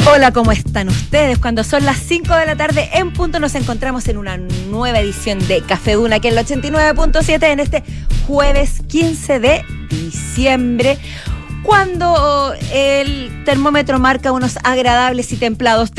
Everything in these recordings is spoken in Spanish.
Hola, ¿cómo están ustedes? Cuando son las 5 de la tarde en punto nos encontramos en una nueva edición de Café Duna, aquí en el 89.7 en este jueves 15 de diciembre, cuando el termómetro marca unos agradables y templados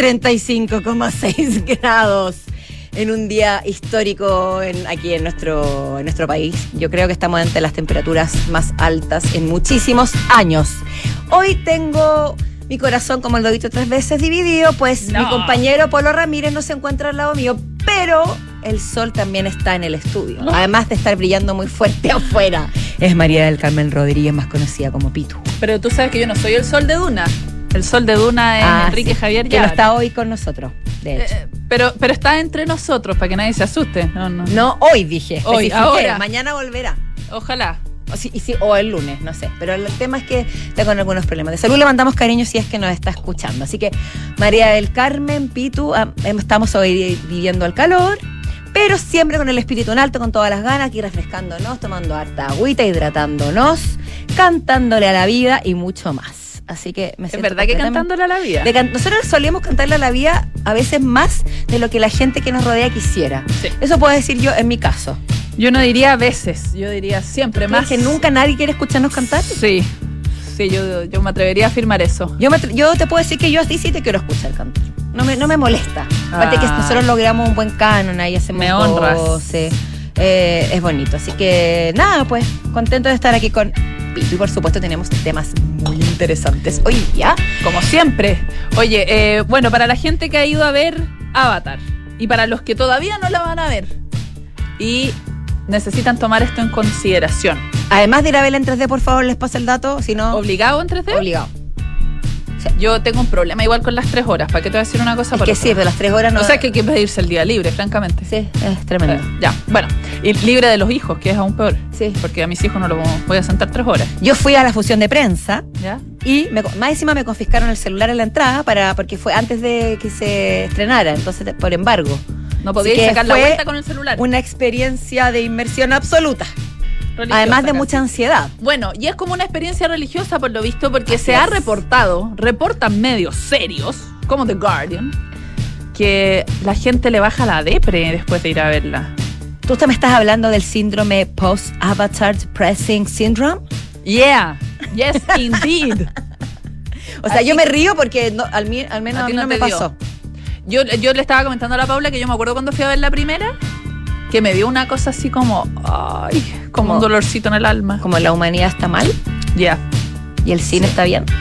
35,6 grados en un día histórico aquí en nuestro país. Yo creo que estamos ante las temperaturas más altas en muchísimos años. Hoy tengo mi corazón, como lo he dicho 3 veces, dividido, pues mi compañero Polo Ramírez no se encuentra al lado mío, pero el sol también está en el estudio, además de estar brillando muy fuerte afuera. Es María del Carmen Rodríguez, más conocida como Pitu. Pero tú sabes que yo no soy el sol de Duna. El sol de Duna es Enrique Javier que no está hoy con nosotros, de hecho. Pero está entre nosotros, para que nadie se asuste. No, hoy dije. Hoy, ahora. Mañana volverá. Ojalá. O el lunes, no sé. Pero el tema es que está con algunos problemas de salud. Le mandamos cariño si es que nos está escuchando. Así que María del Carmen, Pitu, estamos hoy viviendo el calor, pero siempre con el espíritu en alto, con todas las ganas, aquí refrescándonos, tomando harta agüita, hidratándonos, cantándole a la vida y mucho más. Así que me siento. ¿Es verdad que cantándole a la vida? Nosotros solíamos cantarle a la vida a veces más de lo que la gente que nos rodea quisiera. Sí. Eso puedo decir yo en mi caso. Yo no diría a veces, yo diría siempre más. ¿Que nunca nadie quiere escucharnos cantar? Sí, yo me atrevería a afirmar eso. Yo te puedo decir que yo a ti sí te quiero escuchar cantar. No me molesta. Aparte que nosotros logramos un buen canon, ahí hacemos me honras. Voces. Es bonito. Así que nada, pues contento de estar aquí con Pitu. Y por supuesto tenemos temas muy interesantes hoy día, como siempre. Oye, bueno, para la gente que ha ido a ver Avatar y para los que todavía no la van a ver y necesitan tomar esto en consideración. Además de ir a verla en 3D, por favor, les paso el dato, si no... ¿Obligado en 3D? Obligado. Sí. Yo tengo un problema igual con las 3 horas. ¿Para qué te voy a decir una cosa? Es que sí, pero las 3 horas no... O sea, que hay que pedirse el día libre, francamente. Sí, es tremendo. Ya, bueno. Y libre de los hijos, que es aún peor. Sí. Porque a mis hijos no los voy a sentar 3 horas. Yo fui a la función de prensa. ¿Ya? Y más encima me confiscaron el celular en la entrada porque fue antes de que se estrenara, entonces por embargo. No podíais sacar la vuelta con el celular. Una experiencia de inmersión absoluta. Religiosa, además de casi. Mucha ansiedad. Bueno, y es como una experiencia religiosa por lo visto, porque reportan medios serios, como The Guardian, que la gente le baja la depre después de ir a verla. ¿Tú me estás hablando del síndrome Post-Avatar Depressing Syndrome? Yeah, yes, indeed. O sea, yo me río porque al menos a mí no me pasó. Yo le estaba comentando a la Paula que yo me acuerdo cuando fui a ver la primera, que me dio una cosa así como un dolorcito en el alma. ¿Como la humanidad está mal? Ya. Yeah. ¿Y el cine está bien?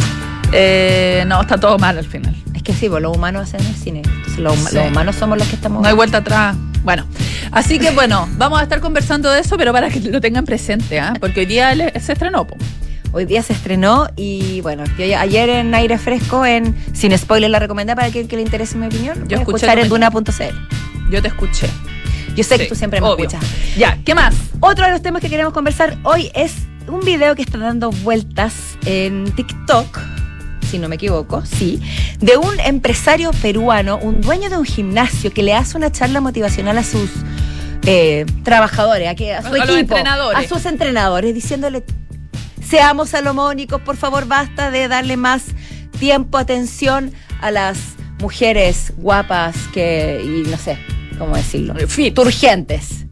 No, está todo mal al final. Es que sí, pues los humanos hacen el cine. Entonces los humanos somos los que estamos... No hay vuelta atrás. Bueno, así que bueno, vamos a estar conversando de eso, pero para que lo tengan presente, porque hoy día se estrenó, po. Hoy día se estrenó y bueno, yo ayer en Aire Fresco, sin spoiler, la recomendé para que le interese mi opinión. Yo escuché escuchar en Duna.cl. Yo te escuché. Yo sé que tú siempre me escuchas. Ya, ¿qué más? Otro de los temas que queremos conversar hoy es un video que está dando vueltas en TikTok, si no me equivoco, sí, de un empresario peruano, un dueño de un gimnasio que le hace una charla motivacional a sus trabajadores, a su equipo, a sus entrenadores, diciéndole: seamos salomónicos, por favor, basta de darle más tiempo, atención a las mujeres guapas y no sé cómo decirlo, turgentes.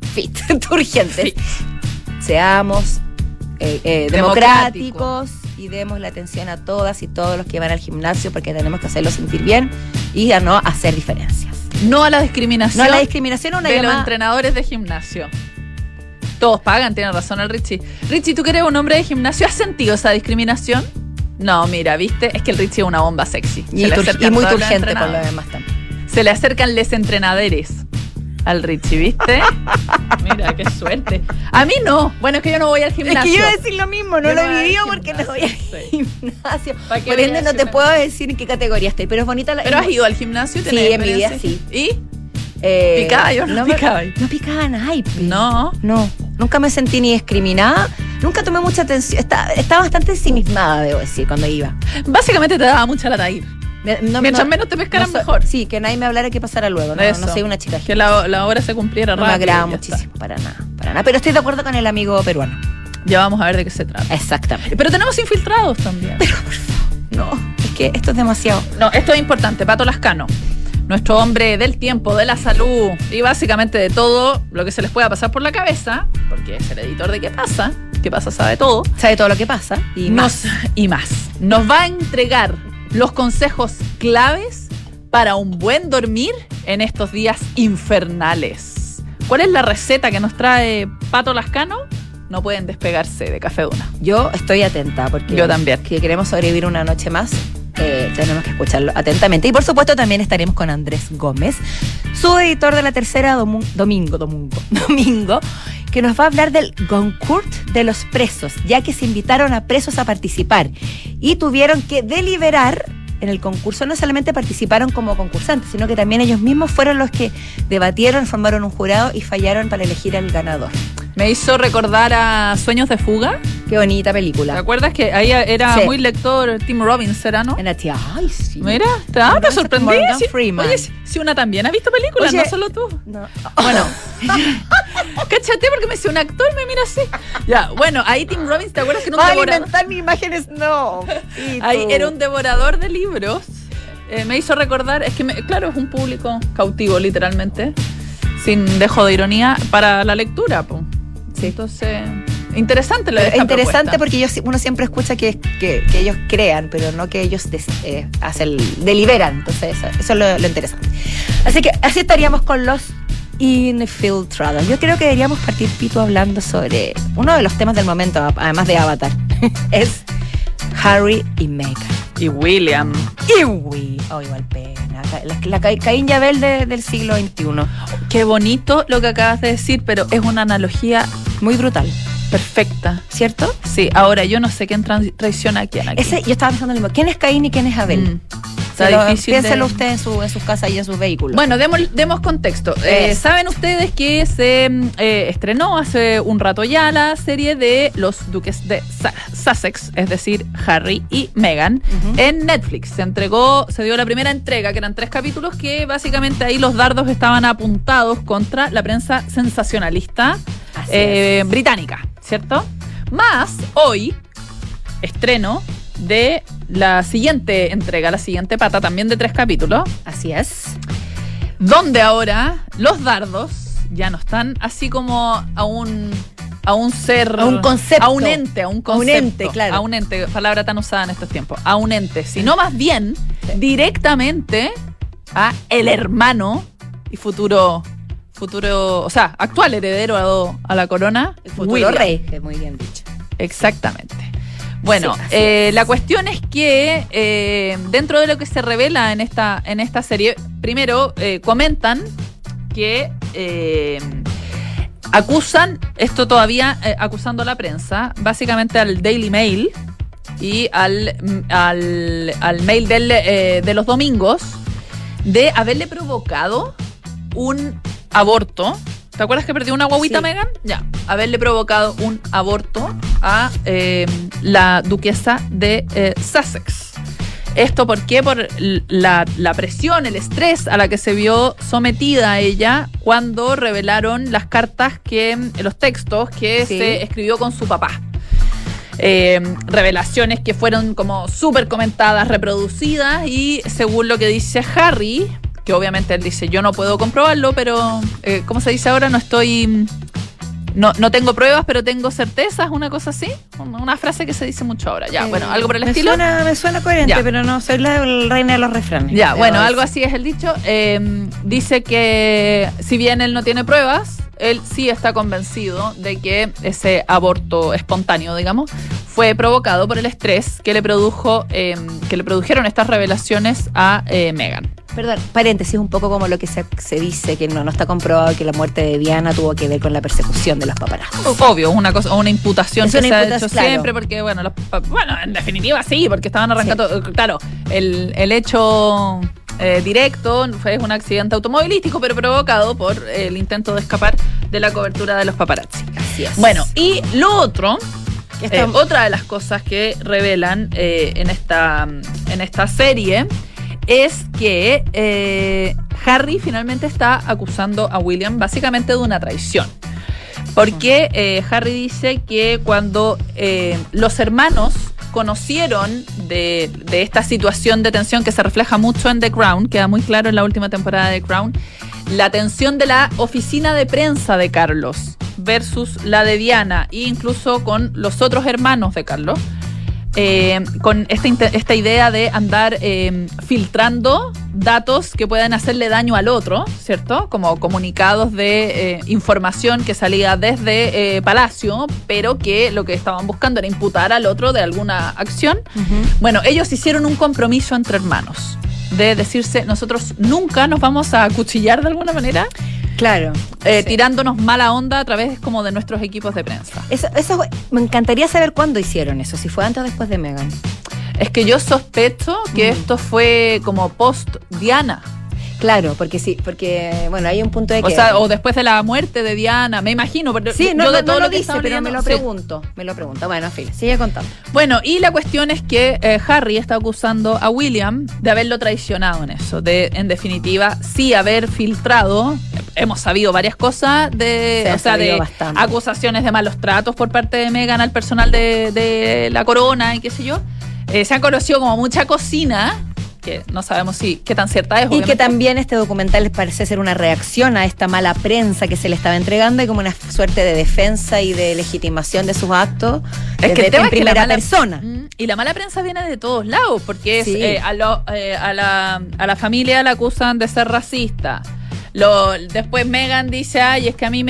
Seamos democráticos y demos la atención a todas y todos los que van al gimnasio, porque tenemos que hacerlos sentir bien y a no hacer diferencias. No a la discriminación. No a la discriminación, una de los entrenadores de gimnasio. Todos pagan, tiene razón el Richie. Richie, tú que eres un hombre de gimnasio, ¿has sentido esa discriminación? No, mira, ¿viste? Es que el Richie es una bomba sexy. Y muy turgente por lo demás también. Se le acercan les entrenadores al Richie, ¿viste? Mira, qué suerte. A mí no. Bueno, es que yo no voy al gimnasio. Es que yo iba a decir lo mismo, no lo he vivido porque no voy al gimnasio. Por ende no te puedo decir en qué categoría estoy, pero es bonita la... ¿Pero has ido al gimnasio? Sí, en mi vida sí. ¿Y? ¿Picaba? Yo no picaba. No picaba naipe. No. Nunca me sentí ni discriminada. Nunca tomé mucha atención. Estaba bastante ensimismada, debo decir, cuando iba. Básicamente te daba mucha lata ir. Mientras menos te pescaran, mejor. Sí, que nadie me hablara qué pasara luego. No soy una chica. Que la hora se cumpliera rápido. No me agrada muchísimo, para nada. Pero estoy de acuerdo con el amigo peruano. Ya vamos a ver de qué se trata. Exactamente. Pero tenemos infiltrados también. Pero por favor, no. Es que esto es demasiado. No, esto es importante. Pato Lascano, nuestro hombre del tiempo, de la salud y básicamente de todo lo que se les pueda pasar por la cabeza, porque es el editor de ¿Qué pasa? ¿Qué pasa? Sabe todo. Sabe todo lo que pasa y más. Nos va a entregar los consejos claves para un buen dormir en estos días infernales. ¿Cuál es la receta que nos trae Pato Lascano? No pueden despegarse de Café Duna. Yo estoy atenta porque yo también. Que queremos sobrevivir una noche más. Tenemos que escucharlo atentamente. Y por supuesto también estaremos con Andrés Gómez, su editor de La Tercera, Domingo, que nos va a hablar del concurs de los presos, ya que se invitaron a presos a participar y tuvieron que deliberar en el concurso. No solamente participaron como concursantes, sino que también ellos mismos fueron los que debatieron, formaron un jurado y fallaron para elegir al ganador. Me hizo recordar a Sueños de Fuga. Qué bonita película. ¿Te acuerdas que ahí era muy lector Tim Robbins, era, no? Era tía, ay, sí. Mira, te sorprendí. Sí, oye, si una también ha visto películas, no solo tú. No. Bueno, cáchate porque me dice un actor, me mira así. Ya, bueno, ahí Tim Robbins, ¿te acuerdas que era un devorador? Inventar mis imágenes, no. Ahí era un devorador de libros. Me hizo recordar, es que, claro, es un público cautivo, literalmente, sin dejo de ironía, para la lectura, pues. Sí. Entonces, interesante lo de esta interesante propuesta. Porque uno siempre escucha que ellos crean, pero no que ellos deliberan. Entonces, eso es lo interesante. Así que así estaríamos con los infiltrados. Yo creo que deberíamos partir, Pitu, hablando sobre uno de los temas del momento, además de Avatar. Es Harry y Meghan. Y William. Igual pena. La Caín y Abel del siglo XXI. Qué bonito lo que acabas de decir, pero es una analogía muy brutal. Perfecta. ¿Cierto? Sí, ahora yo no sé quién traiciona a quién aquí. Yo estaba pensando lo mismo. ¿Quién es Caín y quién es Abel? Está difícil. Piénselo usted en sus casas y en sus vehículos. Bueno, demos contexto. Saben ustedes que se estrenó hace un rato ya la serie de los duques de Sussex, es decir, Harry y Meghan, en Netflix. Se dio la primera entrega, que eran 3 capítulos, que básicamente ahí los dardos estaban apuntados contra la prensa sensacionalista británica, ¿cierto? Más hoy, estreno de la siguiente entrega, la siguiente pata, también de 3 capítulos. Así es. Donde ahora los dardos ya no están así como a un ser, a un concepto, a un ente, claro. A un ente, palabra tan usada en estos tiempos, a un ente, sino más bien directamente a el hermano y futuro, o sea, actual heredero a la corona, el futuro rey, que muy bien dicho. Exactamente. Bueno, sí, la cuestión es que dentro de lo que se revela en esta serie, primero comentan que acusan, esto todavía acusando a la prensa, básicamente al Daily Mail y al Mail de los domingos, de haberle provocado un aborto. ¿Te acuerdas que perdió una guaguita, sí, Meghan? Ya, haberle provocado un aborto a la duquesa de Sussex. ¿Esto por qué? Por la presión, el estrés a la que se vio sometida ella cuando revelaron las cartas, los textos que se escribió con su papá. Revelaciones que fueron como súper comentadas, reproducidas, y según lo que dice Harry, que obviamente él dice, yo no puedo comprobarlo, pero ¿cómo se dice ahora? No tengo pruebas, pero tengo certezas, una cosa así. Una frase que se dice mucho ahora. Ya, bueno, algo por el estilo. Me suena coherente, ya, pero no soy la reina de los refranes. Ya, bueno, algo así es el dicho. Dice que si bien él no tiene pruebas, él sí está convencido de que ese aborto espontáneo, digamos, fue provocado por el estrés que le produjeron estas revelaciones a Meghan. Perdón, paréntesis, un poco como lo que se dice, que no está comprobado que la muerte de Diana tuvo que ver con la persecución de los paparazzi. Obvio, una imputación que se ha hecho claro, siempre, porque bueno, en definitiva sí, porque estaban arrancando, sí, claro, el hecho directo fue un accidente automovilístico, pero provocado por el intento de escapar de la cobertura de los paparazzi. Así es. Bueno, y lo otro, otra de las cosas que revelan en esta serie, es que Harry finalmente está acusando a William básicamente de una traición. Porque Harry dice que cuando los hermanos conocieron de esta situación de tensión que se refleja mucho en The Crown, queda muy claro en la última temporada de The Crown, la tensión de la oficina de prensa de Carlos versus la de Diana, e incluso con los otros hermanos de Carlos, con esta idea de andar filtrando datos que puedan hacerle daño al otro, ¿cierto? Como comunicados de información que salía desde Palacio, pero que lo que estaban buscando era imputar al otro de alguna acción. Uh-huh. Bueno, ellos hicieron un compromiso entre hermanos de decirse, nosotros nunca nos vamos a acuchillar de alguna manera. Claro. Sí. Tirándonos mala onda a través como de nuestros equipos de prensa. Eso me encantaría saber cuándo hicieron eso, si fue antes o después de Meghan. Es que yo sospecho que esto fue como post Diana. Claro, porque sí, porque bueno, hay un punto de que... O sea, o después de la muerte de Diana, me imagino. Pero sí, yo de todo lo que dice, pero me lo pregunto. Bueno, en fin, sigue contando. Bueno, y la cuestión es que Harry está acusando a William de haberlo traicionado en eso, de, en definitiva, sí haber filtrado. Hemos sabido varias cosas de bastante. Acusaciones de malos tratos por parte de Meghan al personal de la corona y qué sé yo. Se han conocido como mucha cocina, que no sabemos qué tan cierta es. Y que también este documental parece ser una reacción a esta mala prensa que se le estaba entregando y como una suerte de defensa y de legitimación de sus actos en primera persona. Y la mala prensa viene de todos lados, porque es, a la familia la acusan de ser racista. Después Meghan dice, ay, es que a mí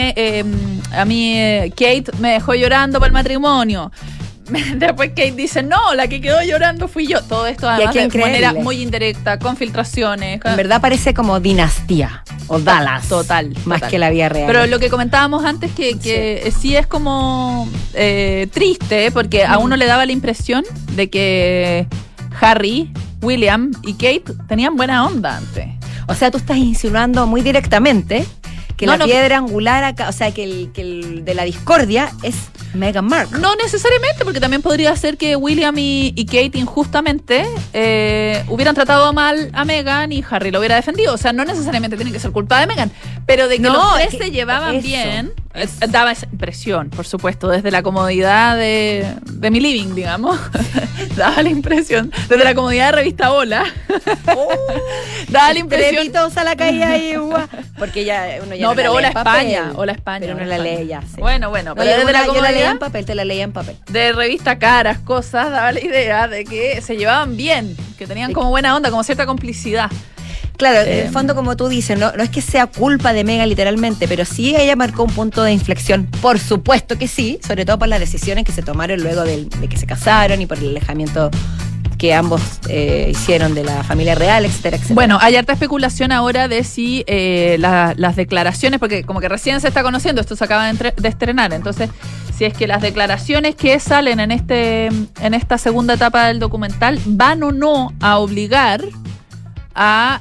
Kate me dejó llorando por el matrimonio. Después Kate dice, no, la que quedó llorando fui yo. Todo esto además de manera muy indirecta, con filtraciones. En verdad parece como Dinastía o Dallas. Total. Más que la vida real. Pero lo que comentábamos antes que sí es como triste, porque a uno le daba la impresión de que Harry, William y Kate tenían buena onda antes. O sea, tú estás insinuando muy directamente que piedra angular acá, o sea, que el de la discordia es Meghan Markle. No necesariamente, porque también podría ser que William y Kate injustamente hubieran tratado mal a Meghan y Harry lo hubiera defendido. O sea, no necesariamente tiene que ser culpa de Meghan, pero de que los tres se llevaban bien, daba esa impresión, por supuesto, desde la comodidad de mi living, digamos. Daba la impresión, desde la comodidad de Revista Hola. Daba la impresión. Trepitosa la calle ahí, porque uno ya no, pero Hola España, pero no la lee ya. Sí. Bueno, pero desde la comodidad, yo la leía en papel, te la leía en papel. De Revista Caras, cosas, daba la idea de que se llevaban bien, que tenían como buena onda, como cierta complicidad. Claro, en el fondo, como tú dices, no es que sea culpa de Meghan literalmente, pero sí ella marcó un punto de inflexión. Por supuesto que sí, sobre todo por las decisiones que se tomaron luego de que se casaron y por el alejamiento que ambos hicieron de la familia real, etcétera, etcétera. Bueno, hay harta especulación ahora de si las declaraciones, porque como que recién se está conociendo, esto se acaba de estrenar, entonces si es que las declaraciones que salen en esta segunda etapa del documental van o no a obligar a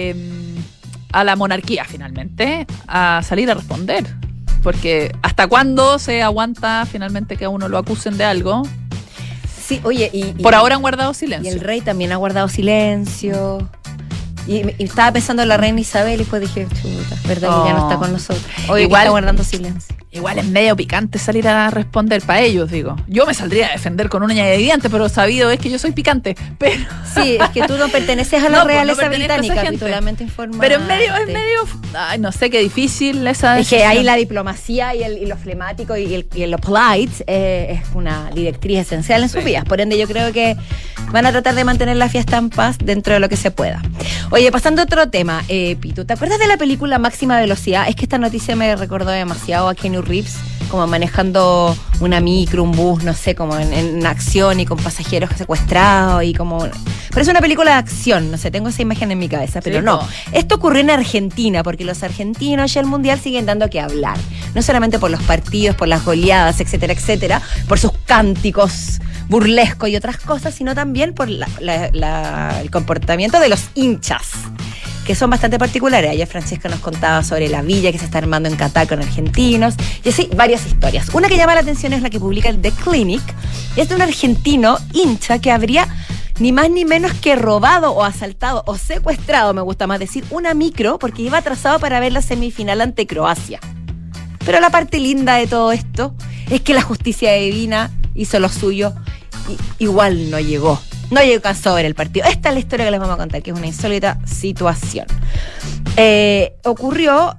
la monarquía finalmente a salir a responder, porque ¿hasta cuándo se aguanta finalmente que a uno lo acusen de algo? Sí, oye, por ahora han guardado silencio. Y el rey también ha guardado silencio. Y estaba pensando en la reina Isabel y después dije, chuta, verdad que ya no está con nosotros. Igual está guardando silencio. Igual es medio picante salir a responder para ellos, digo. Yo me saldría a defender con una uña de diente, pero sabido es que yo soy picante. Pero sí, es que tú no perteneces a la realeza británica, habitualmente informada. Pero es medio, ay, no sé, qué difícil esa decisión. Es que ahí la diplomacia y lo flemático y lo polite es una directriz esencial en sus vidas. Por ende, yo creo que van a tratar de mantener la fiesta en paz dentro de lo que se pueda. Oye, pasando a otro tema, Pitu, ¿te acuerdas de la película Máxima Velocidad? Es que esta noticia me recordó demasiado a Keanu Reeves, como manejando una micro, un bus, no sé, como en acción y con pasajeros secuestrados y como... Pero es una película de acción, no sé, tengo esa imagen en mi cabeza, pero sí, no. Esto ocurrió en Argentina, porque los argentinos ya el Mundial siguen dando que hablar. No solamente por los partidos, por las goleadas, etcétera, etcétera, por sus cánticos burlescos y otras cosas, sino también por el comportamiento de los hinchas, que son bastante particulares. Ayer Francesca nos contaba sobre la villa que se está armando en Qatar con argentinos, y así varias historias. Una que llama la atención es la que publica el The Clinic, es de un argentino hincha que habría ni más ni menos que robado o asaltado o secuestrado, me gusta más decir, una micro, porque iba atrasado para ver la semifinal ante Croacia. Pero la parte linda de todo esto es que la justicia divina hizo lo suyo igual no llegó. No alcanzó a ver el partido. Esta es la historia que les vamos a contar, que es una insólita situación. Ocurrió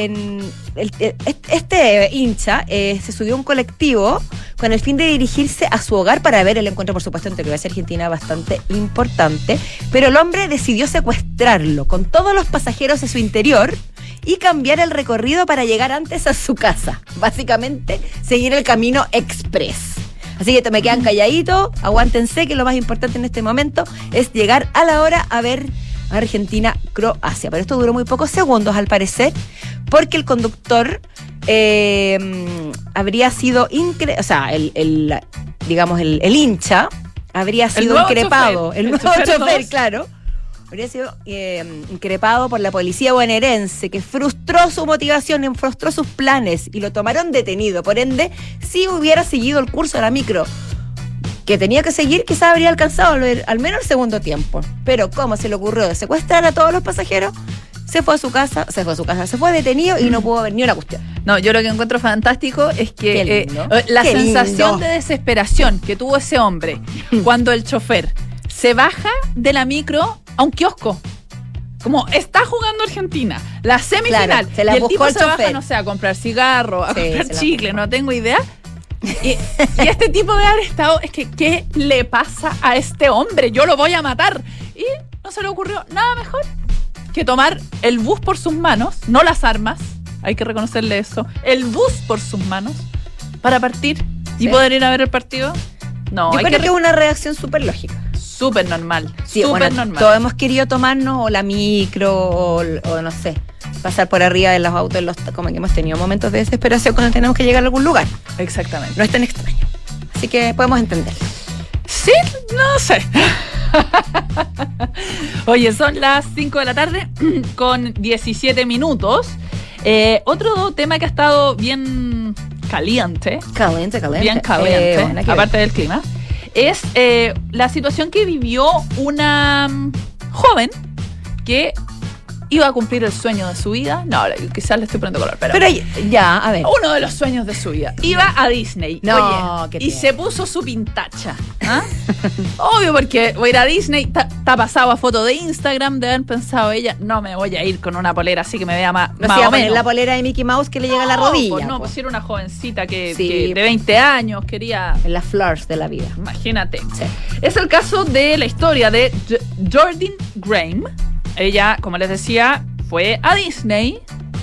este hincha se subió a un colectivo con el fin de dirigirse a su hogar para ver el encuentro, por supuesto, entre Croacia y Argentina, bastante importante, pero el hombre decidió secuestrarlo con todos los pasajeros en su interior y cambiar el recorrido para llegar antes a su casa. Básicamente, seguir el camino express. Así que me quedan calladitos, aguántense, que lo más importante en este momento es llegar a la hora a ver a Argentina-Croacia. Pero esto duró muy pocos segundos, al parecer, porque el conductor habría sido o sea, el hincha habría sido increpado. El nuevo chofer, claro. Habría sido increpado por la policía bonaerense, que frustró su motivación, frustró sus planes y lo tomaron detenido. Por ende, si hubiera seguido el curso de la micro que tenía que seguir, quizás habría alcanzado al menos el segundo tiempo. Pero como se le ocurrió de secuestrar a todos los pasajeros, se fue detenido y no pudo ver ni una cuestión. No, yo lo que encuentro fantástico es que la sensación de desesperación que tuvo ese hombre cuando el chofer se baja de la micro a un kiosco. Como está jugando Argentina, la semifinal, claro, y el tipo se baja, no sé, a comprar cigarro, a comprar chicle, no tengo idea. Y este tipo de haber estado, es que ¿qué le pasa a este hombre? Yo lo voy a matar. Y no se le ocurrió nada mejor que tomar el bus por sus manos, no las armas, hay que reconocerle eso, el bus por sus manos para partir y poder ir a ver el partido. No, yo creo que es una reacción súper lógica. Súper normal, sí, súper normal. Todos hemos querido tomarnos o la micro o no sé, pasar por arriba de los autos, como que hemos tenido momentos de desesperación cuando tenemos que llegar a algún lugar. Exactamente. No es tan extraño. Así que podemos entenderlo. Sí, no sé. Oye, son las 5 de la tarde con 17 minutos. Otro tema que ha estado bien caliente. Bien caliente, aparte del clima. Es la situación que vivió una joven que iba a cumplir el sueño de su vida. No, quizás le estoy poniendo color, pero ya, a ver. Uno de los sueños de su vida. Iba a Disney. No, oye, y se puso su pintacha. ¿Ah? Obvio, porque voy a ir a Disney. Está pasado a foto de Instagram de haber pensado ella, no me voy a ir con una polera así que me vea más o menos. La polera de Mickey Mouse que le llega a la rodilla. Pues era una jovencita que de 20 años quería... En las flores de la vida. Imagínate. Sí. Es el caso de la historia de Jordan Graham. Ella, como les decía, fue a Disney,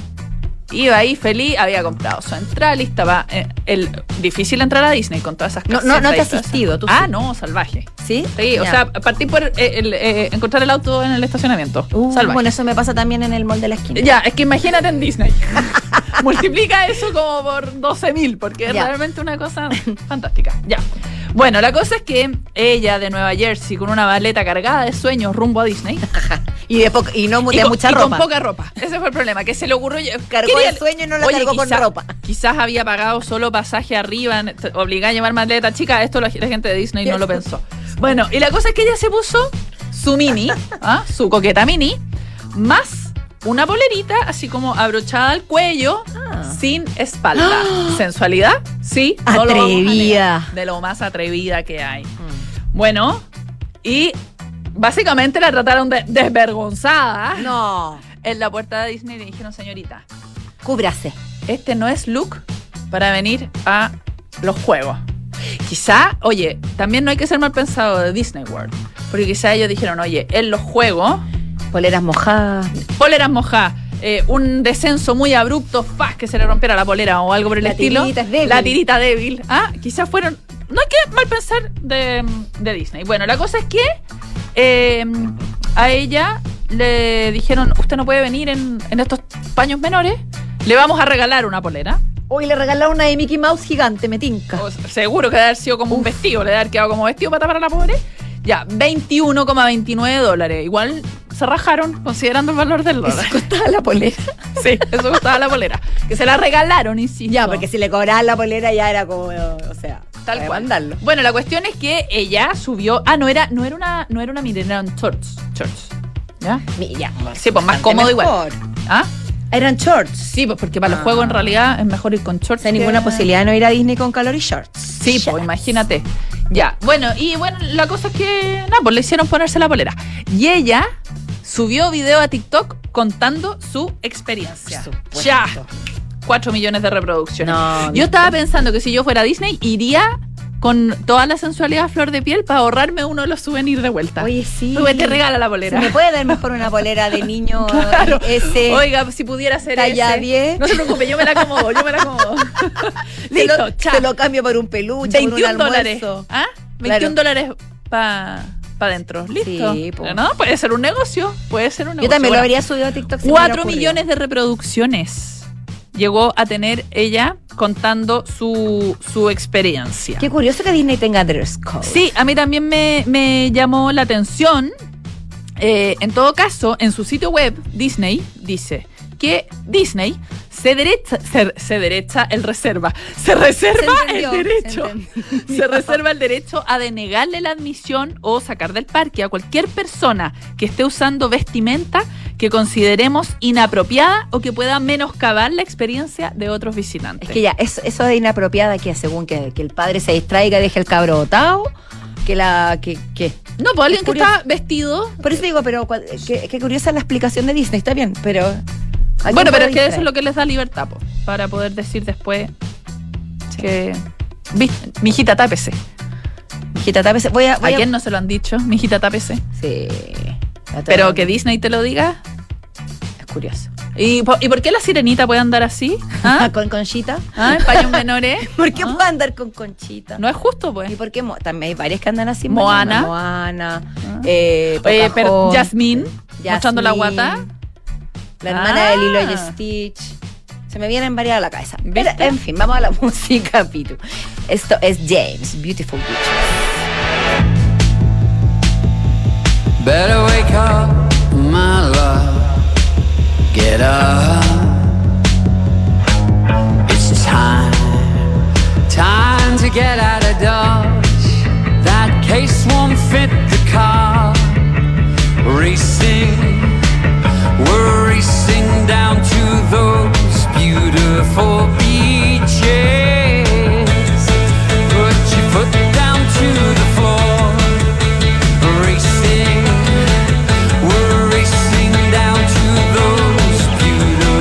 iba ahí feliz, había comprado su entrada, estaba difícil entrar a Disney con todas esas cosas. No te has asistido, tú. No, salvaje. ¿Sí? Sí, o sea, partí por encontrar el auto en el estacionamiento. Salvaje. Bueno, eso me pasa también en el mall de la esquina. Ya, es que imagínate en Disney. Multiplica eso como por 12.000, porque es realmente una cosa fantástica. Ya. Bueno, la cosa es que ella de Nueva Jersey con una maleta cargada de sueños rumbo a Disney y no de mucha ropa. Con poca ropa. Ese fue el problema, que se le ocurrió. Cargó el sueño y no lo cargó con ropa. Quizás había pagado solo pasaje arriba, obligada a llevar maleta. Chica, esto la gente de Disney no lo pensó. Bueno, y la cosa es que ella se puso su mini, su coqueta mini, más una polerita así como abrochada al cuello, sin espalda. ¿Sensualidad? Sí. Atrevida. De lo más atrevida que hay. Bueno, y básicamente la trataron de desvergonzada. No. En la puerta de Disney le dijeron, señorita, cúbrase. Este no es look para venir a los juegos. Quizá, oye, también no hay que ser mal pensado de Disney World, porque quizá ellos dijeron, oye, en los juegos... Poleras mojadas, un descenso muy abrupto, que se le rompiera la polera o algo por el estilo. La tirita débil. Quizás fueron... No hay que mal pensar de Disney. Bueno, la cosa es que a ella le dijeron, usted no puede venir en estos paños menores, le vamos a regalar una polera. Hoy le regalaron una de Mickey Mouse gigante, me tinca. Seguro que debe haber sido como un vestido, le debe haber quedado como vestido para tapar a la pobre. Ya, $21,29. Igual se rajaron considerando el valor del dólar. ¿Eso costaba la polera? Sí, eso costaba la polera. Que se la regalaron, insisto. Ya, porque si le cobraban la polera ya era como, o sea, tal cual. Mandarlo. Bueno, la cuestión es que ella subió... no era una mini, eran shorts. ¿Ya? Ya. Sí, pues más cómodo mejor. Igual. Eran shorts. Sí, pues porque para los juegos en realidad es mejor ir con shorts. No hay ninguna posibilidad de no ir a Disney con calor y shorts. Sí, pues imagínate. Ya, bueno, la cosa es que, pues le hicieron ponerse la polera. Y ella subió video a TikTok contando su experiencia. Ya, 4 millones de reproducciones. Yo estaba pensando que si yo fuera Disney, iría con toda la sensualidad a flor de piel para ahorrarme uno de los souvenirs de vuelta. Oye, sí. Pues te regala la polera. ¿Se me puede dar mejor una polera de niño? Claro. Ese. Oiga, si pudiera ser talla ese. 10. No se preocupe, yo me la acomodo. Listo, te lo cambio por un peluche, por un almuerzo. ¿Ah? 21 dólares para adentro. Listo. Sí, po. ¿No? Puede ser un negocio. Yo también lo habría subido a TikTok. 4 millones de reproducciones llegó a tener ella contando su experiencia. Qué curioso que Disney tenga dress code. Sí, a mí también me llamó la atención. En todo caso, en su sitio web, Disney dice que Disney se reserva el derecho a denegarle la admisión o sacar del parque a cualquier persona que esté usando vestimenta que consideremos inapropiada o que pueda menoscabar la experiencia de otros visitantes. Es que ya, eso de inapropiada, que según que el padre se distraiga y deje el cabro botado, No, pues alguien que está vestido. Por eso digo, pero qué curiosa la explicación de Disney, está bien, pero... Bueno, pero es que eso es lo que les da libertad, po, para poder decir después que... Mijita, tápese. Mijita, tápese. ¿A quién no se lo han dicho? Mijita, tápese. Sí. Pero que Disney te lo diga... Es curioso. ¿Y por qué la sirenita puede andar así? ¿Ah? ¿Con Conchita? ¿Ah? ¿En paños menores? ¿Por qué puede andar con Conchita? No es justo, pues. ¿Y por qué? También hay varias que andan así. Moana. Pocahontas, Jasmine, mostrando la guata. La hermana de Lilo y Stitch. Se me vienen varias a la cabeza. Pero, en fin, vamos a la música, Pitu. Esto es James, Beautiful Beaches. Better wake up, my love. Get up. It's time to get out of Dodge. That case won't fit the car. We're racing down to those beautiful beaches. Put your foot down to the floor. We're racing down to those beautiful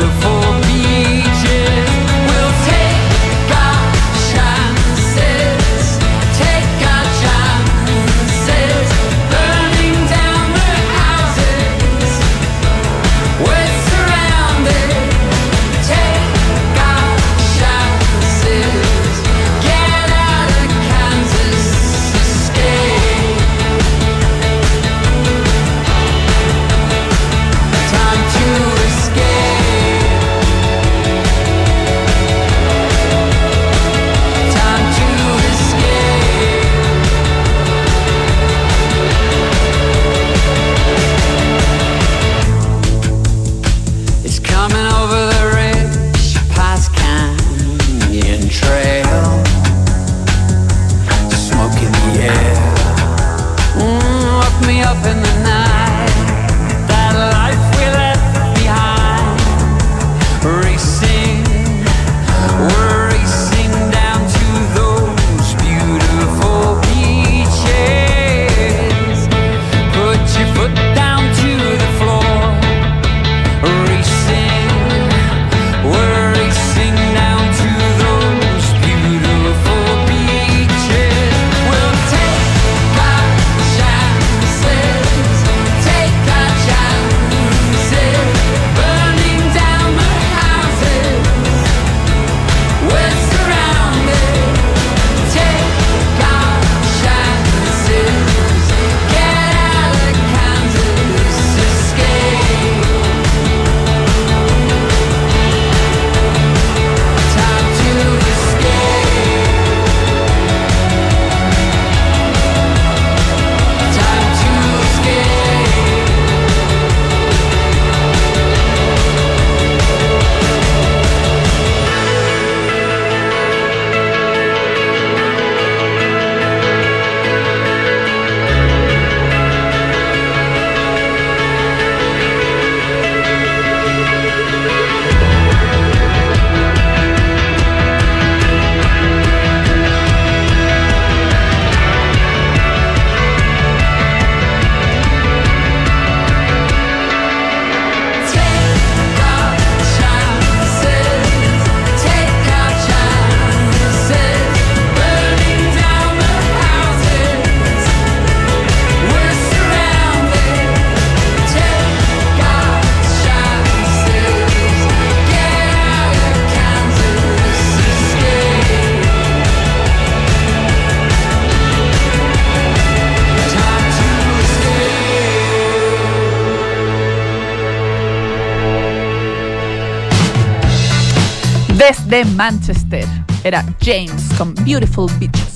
Desde Manchester. Era James con Beautiful Beaches.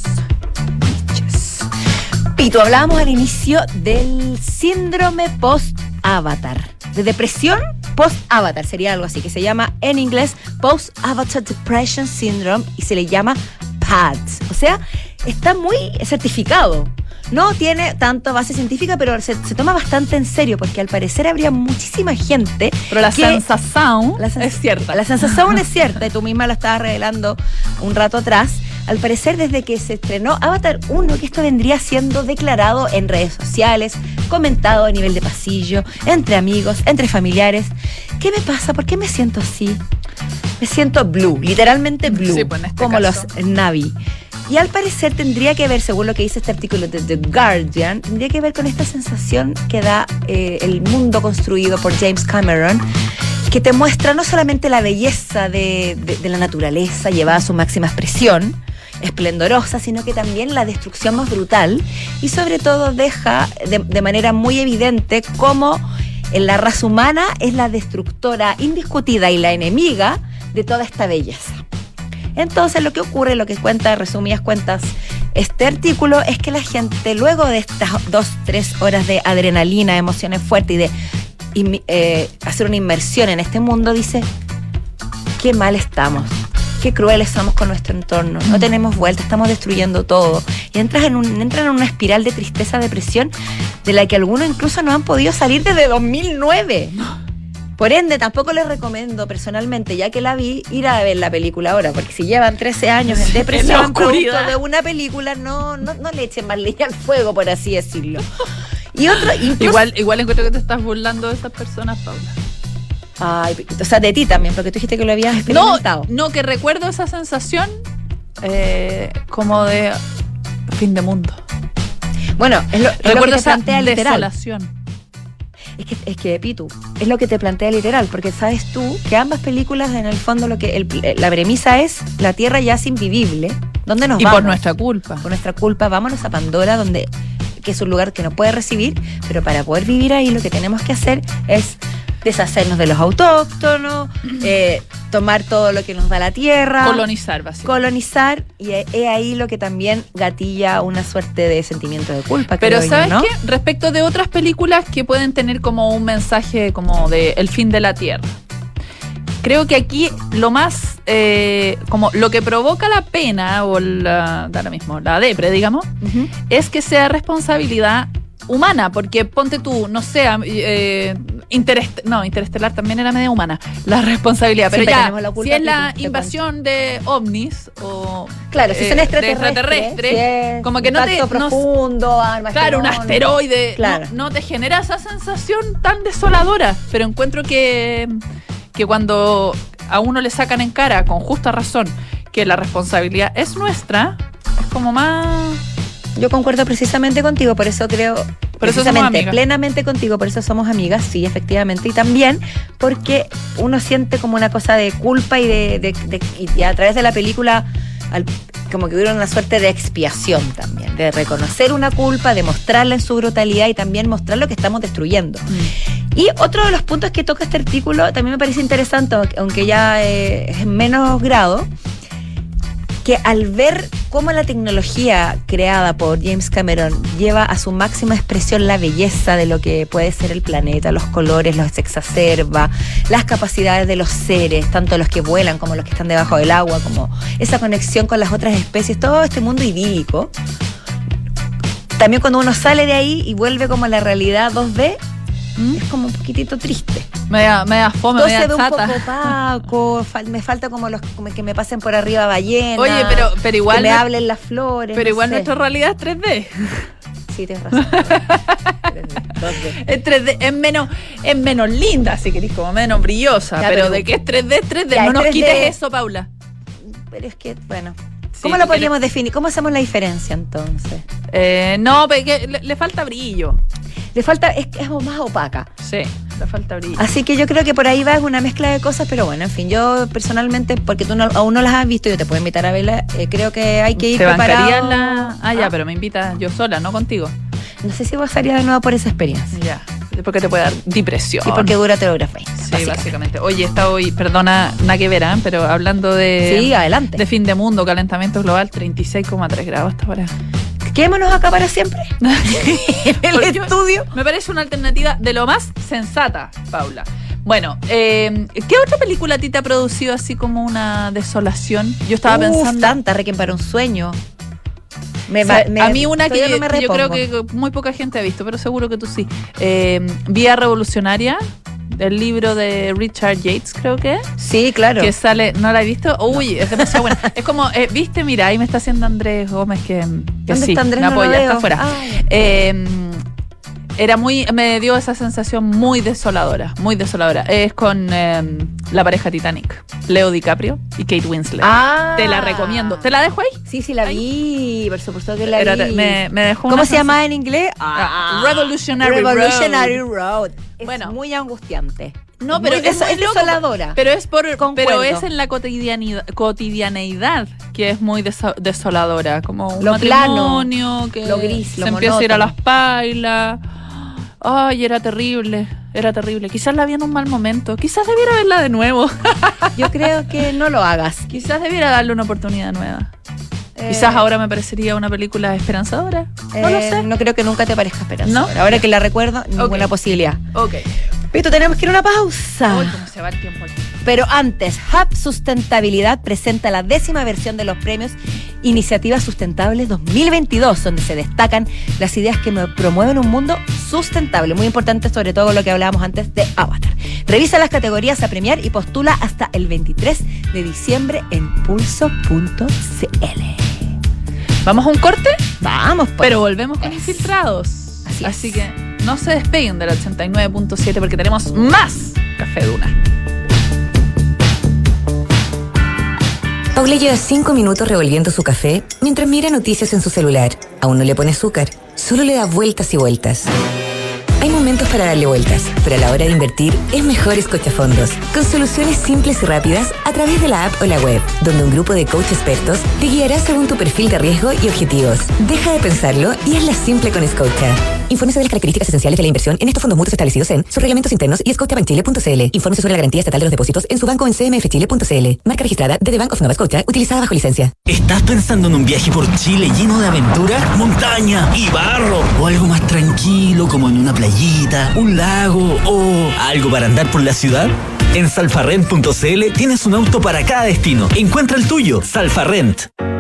Pito, hablábamos al inicio del síndrome post-Avatar. De depresión post-Avatar, sería algo así, que se llama en inglés Post-Avatar Depression Syndrome y se le llama PADS. O sea, está muy certificado. No tiene tanta base científica, pero se toma bastante en serio, porque al parecer habría muchísima gente. Pero la sensación es cierta. La sensación es cierta, y tú misma lo estabas revelando un rato atrás. Al parecer, desde que se estrenó Avatar 1, que esto vendría siendo declarado en redes sociales, comentado a nivel de pasillo, entre amigos, entre familiares. ¿Qué me pasa? ¿Por qué me siento así? Me siento blue, literalmente blue, sí, pues en este como caso. los Na'vi. Y al parecer tendría que ver, según lo que dice este artículo de The Guardian, tendría que ver con esta sensación que da el mundo construido por James Cameron, que te muestra no solamente la belleza de la naturaleza llevada a su máxima expresión, esplendorosa, sino que también la destrucción más brutal, y sobre todo deja de manera muy evidente cómo la raza humana es la destructora indiscutida y la enemiga de toda esta belleza. Entonces lo que ocurre, lo que cuenta, resumidas cuentas, este artículo, es que la gente, luego de estas 2-3 horas de adrenalina, emociones fuertes y de hacer una inmersión en este mundo, dice: qué mal estamos, qué crueles somos con nuestro entorno, no tenemos vuelta, estamos destruyendo todo. Y entran en una espiral de tristeza, depresión, de la que algunos incluso no han podido salir desde 2009. Por ende, tampoco les recomiendo personalmente, ya que la vi, ir a ver la película ahora, porque si llevan 13 años en depresión producto de una película, no le echen más leña al fuego, por así decirlo. Y otro, incluso, igual encuentro que te estás burlando de esas personas, Paula. Ay, o sea, de ti también, porque tú dijiste que lo habías experimentado. No, que recuerdo esa sensación como de fin de mundo. Bueno, es lo que te plantea literal. Desolación. Es que Pitu, es lo que te plantea literal, porque sabes tú que ambas películas, en el fondo, la premisa es: la Tierra ya es invivible. ¿Dónde nos y vamos? por nuestra culpa. Por nuestra culpa, vámonos a Pandora, que es un lugar que nos puede recibir, pero para poder vivir ahí lo que tenemos que hacer es deshacernos de los autóctonos, tomar todo lo que nos da la tierra. Colonizar, básicamente. Colonizar, y es ahí lo que también gatilla una suerte de sentimiento de culpa. Pero creo ¿sabes yo, ¿no? qué? Respecto de otras películas que pueden tener como un mensaje como de el fin de la Tierra. Creo que aquí lo más, como lo que provoca la pena o da lo mismo, la depre, digamos, es que sea responsabilidad humana, porque ponte tú, no sé, Interestelar también era media humana, la responsabilidad, pero siempre ya, si es la invasión de ovnis o claro, si son de extraterrestres, si es como que no te profundo, claro, un asteroide, claro. no te genera esa sensación tan desoladora, pero encuentro que cuando a uno le sacan en cara, con justa razón, que la responsabilidad es nuestra, es como más... Yo concuerdo precisamente contigo, por eso creo, por eso somos amigas. Plenamente contigo, por eso somos amigas, sí, efectivamente, y también porque uno siente como una cosa de culpa y a través de la película como que hubiera una suerte de expiación también, de reconocer una culpa, de mostrarla en su brutalidad y también mostrar lo que estamos destruyendo. Y otro de los puntos que toca este artículo también me parece interesante, aunque ya es en menos grado, que al ver cómo la tecnología creada por James Cameron lleva a su máxima expresión la belleza de lo que puede ser el planeta, los colores, los exacerba, las capacidades de los seres, tanto los que vuelan como los que están debajo del agua, como esa conexión con las otras especies, todo este mundo idílico. También cuando uno sale de ahí y vuelve como a la realidad 2D, es como un poquitito triste. Me da fome, todo me da se ve chata. un poco opaco, me falta como que me pasen por arriba ballenas. Oye, pero igual que me hablen las flores. Pero no igual sé. nuestra realidad es 3D. Sí, tienes razón. 2D. Es 3D, es menos linda, si querés, como menos brillosa. Ya, pero de que es 3D, es 3D. Ya, No nos 3D. quites eso, Paula. Pero es que, bueno. Sí, ¿Cómo lo podríamos definir? ¿Cómo hacemos la diferencia entonces? No, pero que le falta brillo. Le falta, es más opaca. Sí, le falta brillo. Así que yo creo que por ahí va una mezcla de cosas, pero bueno, en fin, yo personalmente, porque tú aún no las has visto, yo te puedo invitar a verla, creo que hay que ir ¿Te preparado. bancarías ya, pero me invitas yo sola, no contigo. No sé si pasaría de nuevo por esa experiencia. Ya. porque te puede dar depresión. Y porque dura te lo grafé. Sí, básicamente. Oye, está hoy, perdona, nada que ver, ¿eh? Pero hablando de... Sí, adelante. De fin de mundo, calentamiento global, 36,3 grados hasta ahora. Quedémonos acá para siempre. En el estudio. Me parece una alternativa de lo más sensata, Paula. Bueno, ¿qué otra película a ti te ha producido así como una desolación? Yo estaba pensando... tanta, Requiem para un sueño. A mí una que no me yo creo que muy poca gente ha visto, pero seguro que tú sí. Vía Revolucionaria, el libro de Richard Yates, creo que. Sí, claro. Que sale, ¿no la he visto? Uy, es demasiado buena. Es como, viste, mira, ahí me está haciendo Andrés Gómez que sí, está Andrés? me No lo apoya, veo. está afuera. Me dio esa sensación muy desoladora, muy desoladora. Es con la pareja Titanic, Leo DiCaprio y Kate Winslet. Te la recomiendo. ¿Te la dejo ahí? Sí, la vi, por supuesto que la Espérate, vi. me dejó ¿Cómo una se llama en inglés? Revolutionary Road. Es Bueno. muy angustiante. No, pero es desoladora. Pero es Concuerdo. es en la cotidianeidad que es muy desoladora, como un Lo matrimonio plano, que lo gris, lo se empieza a ir a monótono. las pailas. Ay, era terrible. Quizás la vi en un mal momento. Quizás debiera verla de nuevo. Yo creo que no lo hagas. Quizás debiera darle una oportunidad nueva. Quizás ahora me parecería una película esperanzadora. No lo sé. No creo que nunca te parezca esperanzadora. ¿No? Ahora que la recuerdo, ninguna posibilidad. Ok. Pito, tenemos que ir a una pausa. Uy, cómo se va el tiempo aquí. Pero antes, Hub Sustentabilidad presenta la 10ª versión de los premios Iniciativas Sustentables 2022, donde se destacan las ideas que promueven un mundo sustentable. Muy importante, sobre todo lo que hablábamos antes de Avatar. Revisa las categorías a premiar y postula hasta el 23 de diciembre en pulso.cl. ¿Vamos a un corte? Vamos, pues. Pero volvemos con Infiltrados. Así que no se despeguen del 89.7 porque tenemos más Café Duna. Paula lleva 5 minutos revolviendo su café mientras mira noticias en su celular. Aún no le pone azúcar, solo le da vueltas y vueltas. Hay momentos para darle vueltas, pero a la hora de invertir es mejor Escochafondos, con soluciones simples y rápidas a través de la app o la web, donde un grupo de coach expertos te guiará según tu perfil de riesgo y objetivos. Deja de pensarlo y hazla simple con Scotia. Infórmese de las características esenciales de la inversión en estos fondos mutuos establecidos en sus reglamentos internos y scotiabankchile.cl. Infórmese sobre la garantía estatal de los depósitos en su banco en cmfchile.cl. Marca registrada de The Bank of Nova Scotia, utilizada bajo licencia. ¿Estás pensando en un viaje por Chile lleno de aventura, montaña y barro? ¿O algo más tranquilo como en una playita, un lago o algo para andar por la ciudad? En salfarrent.cl tienes un auto para cada destino. Encuentra el tuyo, Salfarrent.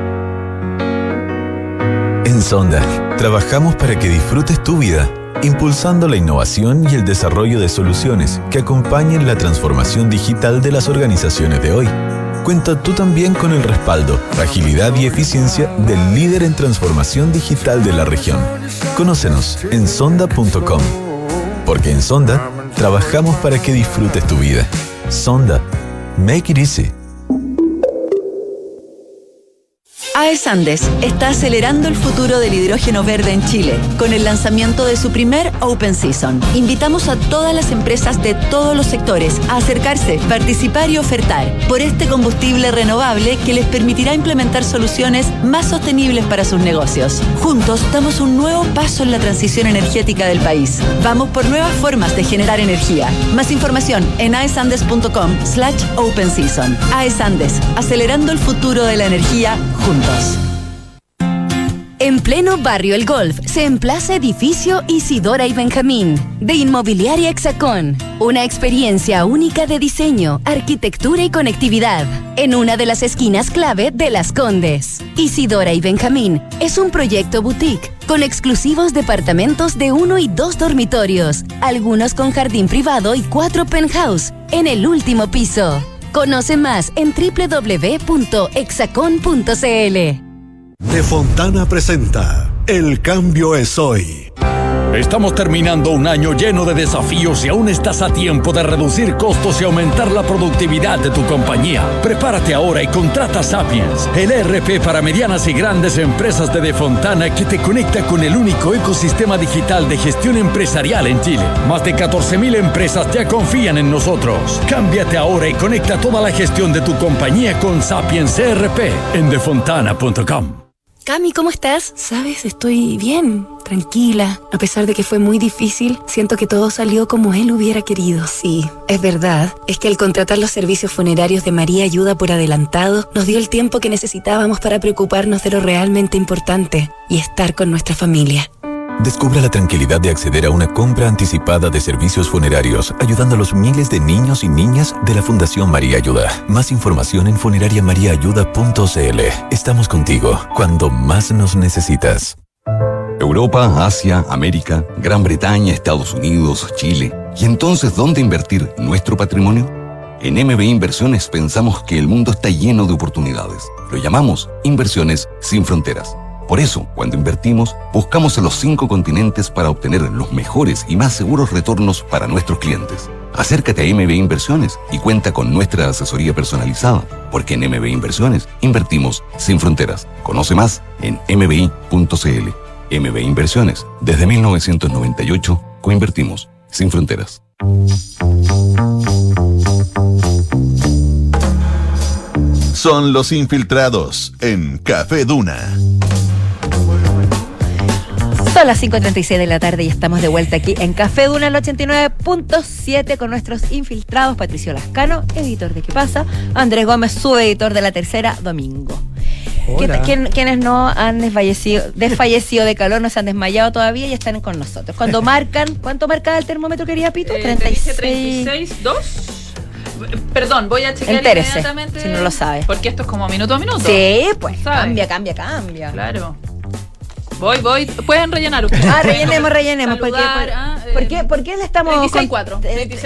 En Sonda, trabajamos para que disfrutes tu vida, impulsando la innovación y el desarrollo de soluciones que acompañen la transformación digital de las organizaciones de hoy. Cuenta tú también con el respaldo, agilidad y eficiencia del líder en transformación digital de la región. Conócenos en sonda.com. Porque en Sonda, trabajamos para que disfrutes tu vida. Sonda. Make it easy. AES Andes está acelerando el futuro del hidrógeno verde en Chile con el lanzamiento de su primer Open Season. Invitamos a todas las empresas de todos los sectores a acercarse, participar y ofertar por este combustible renovable que les permitirá implementar soluciones más sostenibles para sus negocios. Juntos damos un nuevo paso en la transición energética del país. Vamos por nuevas formas de generar energía. Más información en aesandes.com/Open Season. AES Andes, acelerando el futuro de la energía juntos. En pleno barrio El Golf se emplaza edificio Isidora y Benjamín de Inmobiliaria Hexacón. Una experiencia única de diseño, arquitectura y conectividad en una de las esquinas clave de Las Condes. Isidora y Benjamín es un proyecto boutique con exclusivos departamentos de 1 y 2 dormitorios, algunos con jardín privado y 4 penthouse en el último piso. Conoce más en www.hexacon.cl. De Fontana presenta El cambio es hoy. Estamos terminando un año lleno de desafíos y aún estás a tiempo de reducir costos y aumentar la productividad de tu compañía. Prepárate ahora y contrata Sapiens, el ERP para medianas y grandes empresas de Fontana que te conecta con el único ecosistema digital de gestión empresarial en Chile. Más de 14,000 empresas ya confían en nosotros. Cámbiate ahora y conecta toda la gestión de tu compañía con Sapiens ERP en defontana.com. Cami, ¿cómo estás? Sabes, estoy bien, tranquila. A pesar de que fue muy difícil, siento que todo salió como él hubiera querido. Sí, es verdad. Es que al contratar los servicios funerarios de María Ayuda por adelantado, nos dio el tiempo que necesitábamos para preocuparnos de lo realmente importante y estar con nuestra familia. Descubra la tranquilidad de acceder a una compra anticipada de servicios funerarios, ayudando a los miles de niños y niñas de la Fundación María Ayuda. Más información en funerariamariaayuda.cl. Estamos contigo cuando más nos necesitas. Europa, Asia, América, Gran Bretaña, Estados Unidos, Chile. ¿Y entonces dónde invertir nuestro patrimonio? En MBI Inversiones pensamos que el mundo está lleno de oportunidades. Lo llamamos Inversiones sin Fronteras. Por eso, cuando invertimos, buscamos en los 5 continentes para obtener los mejores y más seguros retornos para nuestros clientes. Acércate a MBI Inversiones y cuenta con nuestra asesoría personalizada, porque en MBI Inversiones invertimos sin fronteras. Conoce más en mbi.cl. MBI Inversiones, desde 1998, coinvertimos sin fronteras. Son los infiltrados en Café Duna. Son las 5:36 de la tarde y estamos de vuelta aquí en Café Duna, el 89.7, con nuestros infiltrados: Patricio Lascano, editor de ¿Qué pasa?, Andrés Gómez, subeditor de La Tercera, Domingo. Quienes no han desfallecido de calor, no se han desmayado todavía y están con nosotros. Cuando marcan, ¿cuánto marca el termómetro, querida Pito? 36.2. Perdón, voy a chequear inmediatamente. Si no lo sabes. Porque esto es como minuto a minuto. Sí, pues, ¿sabes? Cambia. Claro. Voy. Pueden rellenar ustedes. Rellenemos. Saludar, ¿Por qué le estamos... 36.4.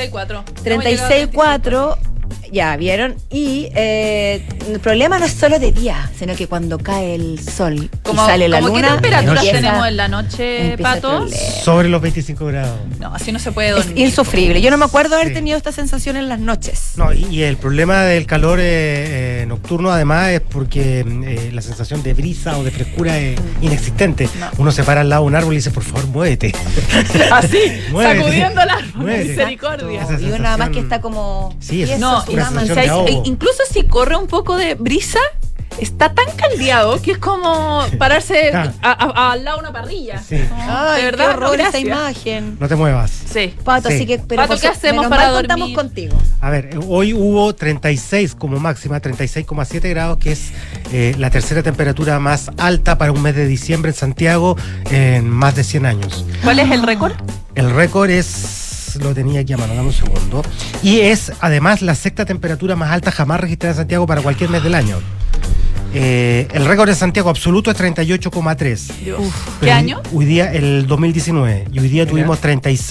36.4. Ya, ¿vieron? Y el problema no es solo de día, sino que cuando cae el sol y sale la luna... ¿Qué temperaturas tenemos en la noche, Pato? Sobre los 25 grados. No, así no se puede dormir. Es insufrible. Yo no me acuerdo haber tenido esta sensación en las noches. No, y el problema del calor nocturno, además, es porque la sensación de brisa o de frescura es inexistente. No. Uno se para al lado de un árbol y dice, por favor, muévete. Así, sacudiendo el árbol. Misericordia. Y uno nada más que está como... Sí, es incluso si corre un poco de brisa, está tan caldeado que es como pararse al lado de una parrilla. Sí. Ay, de verdad, qué horror esa imagen. No te muevas. Sí. Pato, así que... Pato, ¿qué hacemos para dormir? Contamos contigo. A ver, hoy hubo 36 como máxima, 36,7 grados, que es la tercera temperatura más alta para un mes de diciembre en Santiago en más de 100 años. ¿Cuál es el récord? El récord lo tenía aquí a mano, dame un segundo. Y es además la sexta temperatura más alta jamás registrada en Santiago para cualquier mes del año. El récord de Santiago absoluto es 38,3. ¿Qué año? Hoy día, el 2019. Y hoy día tuvimos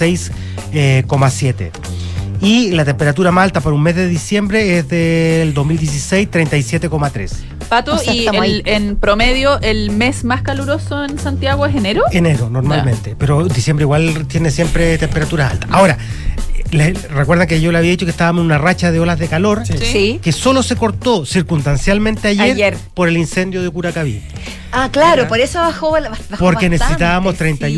36,7. Y la temperatura más alta para un mes de diciembre es del 2016, 37,3. Pato, o sea, ¿y en promedio el mes más caluroso en Santiago es enero? Enero, normalmente. Pero diciembre igual tiene siempre temperaturas altas. Ahora, recuerdan que yo le había dicho que estábamos en una racha de olas de calor, sí, que solo se cortó circunstancialmente ayer por el incendio de Curacaví. Ah, claro, porque eso bajó porque bastante, necesitábamos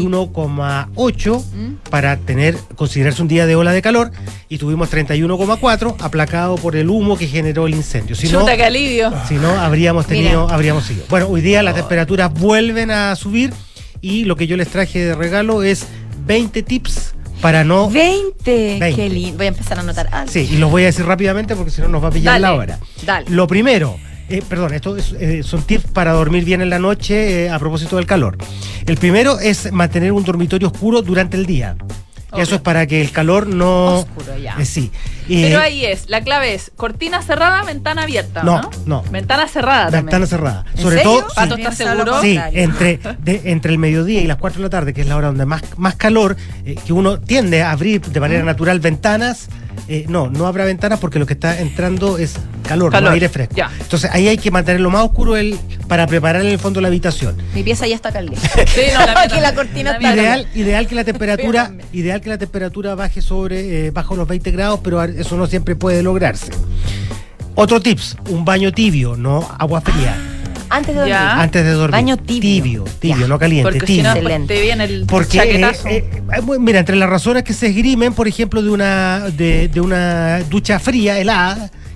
31,8 para considerarse un día de ola de calor, y tuvimos 31,4 aplacado por el humo que generó el incendio. Si Chuta, qué alivio. Si no, habríamos seguido. Bueno, hoy día las temperaturas vuelven a subir, y lo que yo les traje de regalo es 20 tips para no... 20. Qué lindo. Voy a empezar a anotar algo. Sí, y los voy a decir rápidamente porque si no nos va a pillar la hora. Dale. Lo primero... son tips para dormir bien en la noche a propósito del calor. El primero es mantener un dormitorio oscuro durante el día. Okay. Eso es para que el calor no... Oscuro, ya. Sí. Pero ahí la clave es cortina cerrada, ventana abierta, ¿no? No. Ventana cerrada también. Ventana cerrada. ¿En Sobre serio? todo... ¿Pato, estás seguro? Sí, entre el mediodía y las 4 de la tarde, que es la hora donde más calor, que uno tiende a abrir de manera natural ventanas. No habrá ventanas porque lo que está entrando es calor. No aire fresco. Ya. Entonces ahí hay que mantenerlo más oscuro para preparar en el fondo la habitación. Mi pieza ya está caliente. Sí, la cortina está ideal que la temperatura baje bajo los 20 grados, pero eso no siempre puede lograrse. Otro tips, un baño tibio, no agua fría. Antes de dormir. Antes de dormir. Baño tibio, no caliente. Porque tibio. si no, te viene el chaquetazo. Mira, entre las razones que se esgrimen, por ejemplo, de una ducha fría, helada,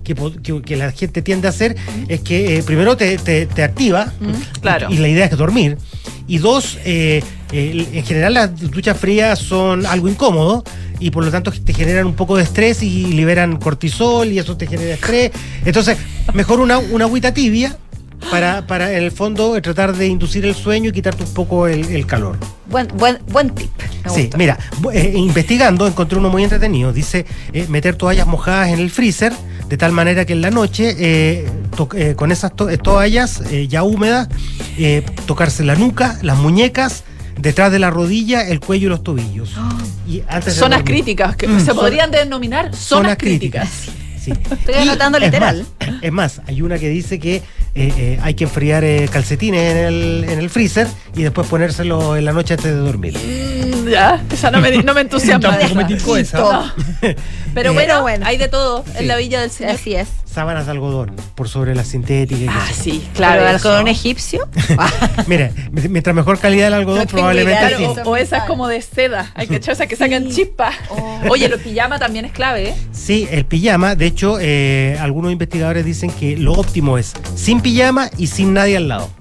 que la gente tiende a hacer es que primero te activa, claro. y la idea es dormir. Y dos, en general las duchas frías son algo incómodo y por lo tanto te generan un poco de estrés y liberan cortisol y eso te genera estrés. Entonces, mejor una agüita tibia para en el fondo tratar de inducir el sueño y quitarte un poco el calor. Buen tip. Sí, mira, investigando encontré uno muy entretenido. Dice meter toallas mojadas en el freezer de tal manera que en la noche con esas toallas ya húmedas tocarse la nuca, las muñecas, detrás de la rodilla, el cuello y los tobillos. Y antes zonas críticas, que se podrían denominar zonas críticas. Sí. Estoy anotando literal. Es más, hay una que dice que hay que enfriar calcetines en el freezer y después ponérselo en la noche antes de dormir. Ya, esa no me entusiasma. Tampoco me tincó esa. No. Pero bueno, hay de todo en la Villa del Señor. Así es. Sábanas de algodón por sobre las sintéticas. Sí, claro. ¿Pero el algodón egipcio? Mira, mientras mejor calidad el algodón, probablemente. Claro, o esas como de seda. Hay que echar esas que sacan chispas. Oye, el pijama también es clave, ¿eh? Sí, el pijama. De hecho, algunos investigadores dicen que lo óptimo es sin pijama y sin nadie al lado.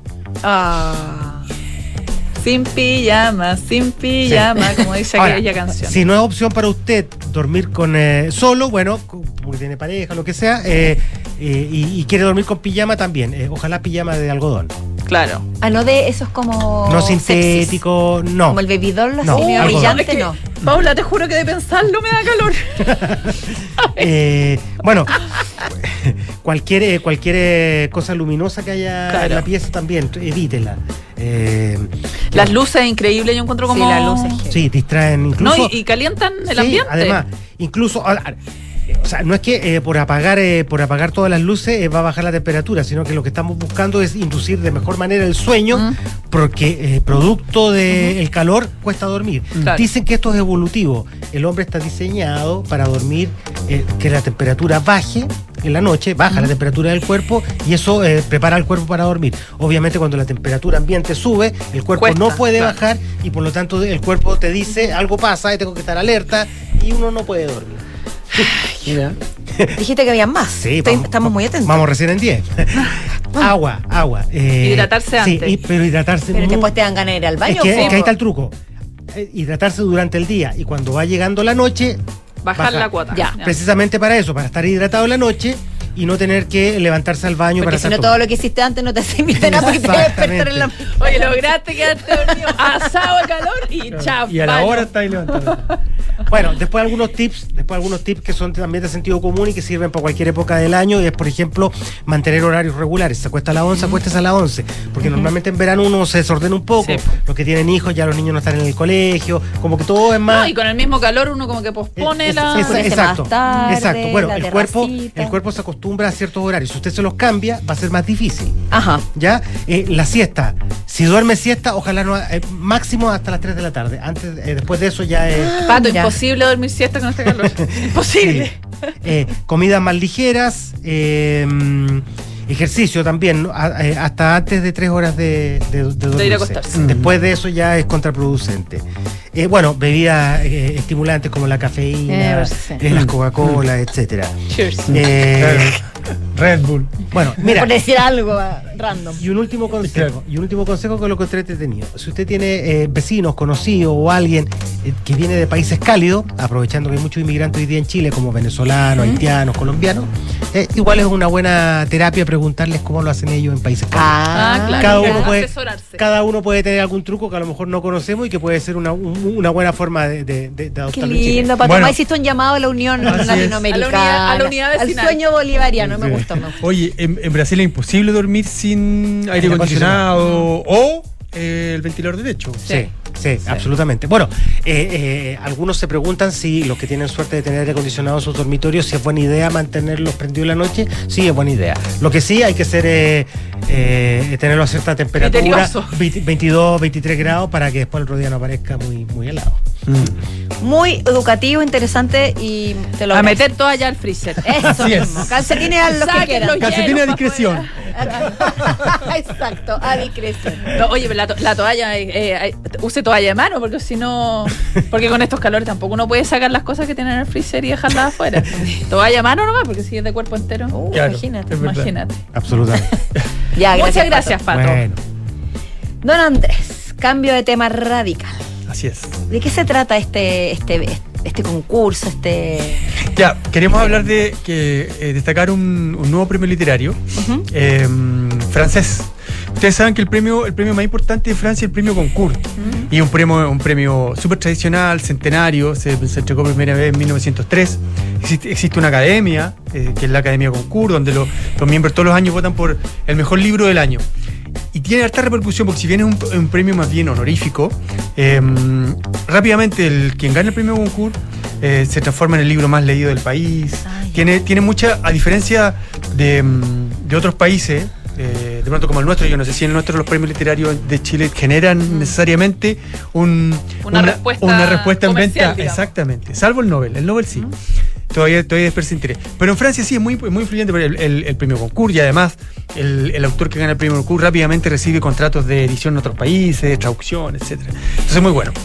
Sin pijama, como dice aquella canción. Si no es opción para usted dormir con solo, bueno, porque tiene pareja, lo que sea, y quiere dormir con pijama también. Ojalá pijama de algodón. Claro. No de esos como no sintético, sexys. No. Como el baby doll, no, así medio brillante, es que, no. Paula, te juro que de pensarlo me da calor. Bueno, cualquier cosa luminosa que haya en la pieza también, evítela. Las luces increíbles, yo encuentro como... Sí, las luces. Sí, distraen incluso... No, y calientan el ambiente. Además, incluso... O sea, no es que por apagar todas las luces va a bajar la temperatura, sino que lo que estamos buscando es inducir de mejor manera el sueño, porque producto del calor cuesta dormir. Claro. Dicen que esto es evolutivo. El hombre está diseñado para dormir, que la temperatura baje en la noche, baja la temperatura del cuerpo y eso prepara al cuerpo para dormir. Obviamente cuando la temperatura ambiente sube, el cuerpo no puede bajar y por lo tanto el cuerpo te dice algo pasa, tengo que estar alerta y uno no puede dormir. Mira. Dijiste que había más. Sí, estamos muy atentos. Vamos recién en 10. Agua. Hidratarse antes. Sí, pero hidratarse. Pero después te dan ganas de ir al baño. Es que ahí está el truco. Hidratarse durante el día y cuando va llegando la noche, bajar la cuota. Ya. Precisamente para eso, para estar hidratado en la noche y no tener que levantarse al baño. Porque para si no, todo lo que hiciste antes no te hace nada porque te despertar en la... Oye, lograste quedarte dormido, asado de calor y chao. Y a la hora está ahí levantando. Bueno, después algunos tips que son también de sentido común y que sirven para cualquier época del año, y es, por ejemplo, mantener horarios regulares. Se acuesta a las 11, acuéstese a las 11, porque normalmente en verano uno se desordena un poco. Sí. Los que tienen hijos, ya los niños no están en el colegio, como que todo es más... No, y con el mismo calor uno como que pospone exacto. Bueno, el terracita. cuerpo se acostumbra a ciertos horarios. Si usted se los cambia, va a ser más difícil. Ajá. ¿Ya? La siesta. Si duerme siesta, ojalá no máximo hasta las 3 de la tarde. Antes, después de eso ya es... Pato, imposible dormir siesta con este calor. Imposible. Comidas más ligeras, ejercicio también, hasta antes de 3 horas de dormirse. De ir a acostarse. Después de eso ya es contraproducente. Bueno, bebidas estimulantes como la cafeína, las Coca-Cola, etcétera. Cheers. Red Bull. Bueno, mira. Por decir algo random. Y un último consejo que lo encontré entretenido. Si usted tiene vecinos, conocidos o alguien que viene de países cálidos, aprovechando que hay muchos inmigrantes hoy día en Chile, como venezolanos, haitianos, colombianos, igual es una buena terapia preguntarles cómo lo hacen ellos en países cálidos. Claro. Cada uno puede tener algún truco que a lo mejor no conocemos y que puede ser una buena forma de adoptarlo. Qué lindo, Pato. Bueno, hiciste un llamado a la Unión Latinoamericana. A la unidad vecinal. Al sueño bolivariano, me gustó. Oye, en Brasil es imposible dormir sin aire acondicionado o el ventilador de techo. Sí, absolutamente. Bueno, algunos se preguntan si los que tienen suerte de tener aire acondicionado en sus dormitorios, si es buena idea mantenerlos prendidos en la noche. Sí, es buena idea. Lo que sí hay que hacer tenerlo a cierta temperatura, 22, 23 grados, para que después el otro día no aparezca muy helado. Muy educativo, interesante y te lo meter todo allá al freezer. Eso mismo. Calcetines a los que quieran. Calcetines a discreción. Exacto, a discreción. No, oye, pero la toalla, use toalla de mano, porque si no. Porque con estos calores tampoco uno puede sacar las cosas que tienen en el freezer y dejarlas afuera. Toalla de mano nomás, porque si es de cuerpo entero. Claro, Imagínate. Absolutamente. Ya, Muchas gracias, Pato. Bueno, Don Andrés, cambio de tema radical. Así es. ¿De qué se trata este concurso, Ya, queríamos hablar de que destacar un nuevo premio literario francés. Ustedes saben que el premio más importante de Francia es el premio Goncourt. Y un premio súper tradicional, centenario, se entregó por primera vez en 1903. Existe una academia, que es la Academia Goncourt, donde los miembros todos los años votan por el mejor libro del año. Y tiene harta repercusión, porque si bien es un premio más bien honorífico, rápidamente quien gana el premio Goncourt se transforma en el libro más leído del país. Tiene mucha, a diferencia de otros países, de pronto como el nuestro, yo no sé si en el nuestro los premios literarios de Chile generan necesariamente una respuesta en venta, digamos. Exactamente, salvo el Nobel sí. Todavía desperdicia interés. Pero en Francia sí es muy influyente el premio Goncourt, y además el autor que gana el premio Goncourt rápidamente recibe contratos de edición en otros países, traducción, etc. Entonces muy bueno.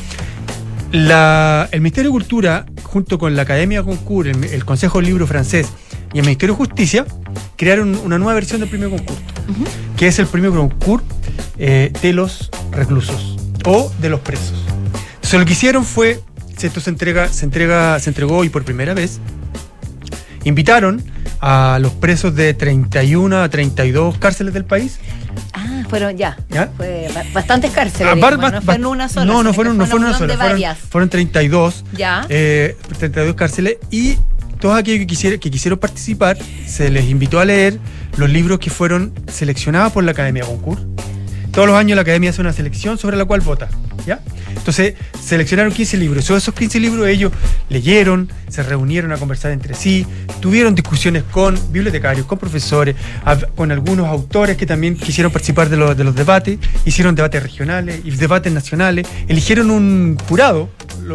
El Ministerio de Cultura, junto con la Academia Goncourt, el Consejo del Libro francés y el Ministerio de Justicia, crearon una nueva versión del premio Goncourt, que es el premio Goncourt de los reclusos o de los presos. Entonces lo que hicieron fue, esto se entregó hoy por primera vez. Invitaron a los presos de 31 a 32 cárceles del país. Fueron fue bastantes cárceles. No fue en una sola. No fueron una sola. Fueron 32. 32 cárceles. Y todos aquellos que quisieron participar, se les invitó a leer los libros que fueron seleccionados por la Academia Goncourt. Todos los años la Academia hace una selección sobre la cual vota, ¿ya? Entonces seleccionaron 15 libros. Sobre esos 15 libros ellos leyeron, se reunieron a conversar entre sí, tuvieron discusiones con bibliotecarios, con profesores, con algunos autores que también quisieron participar de los debates, hicieron debates regionales y debates nacionales, eligieron un jurado,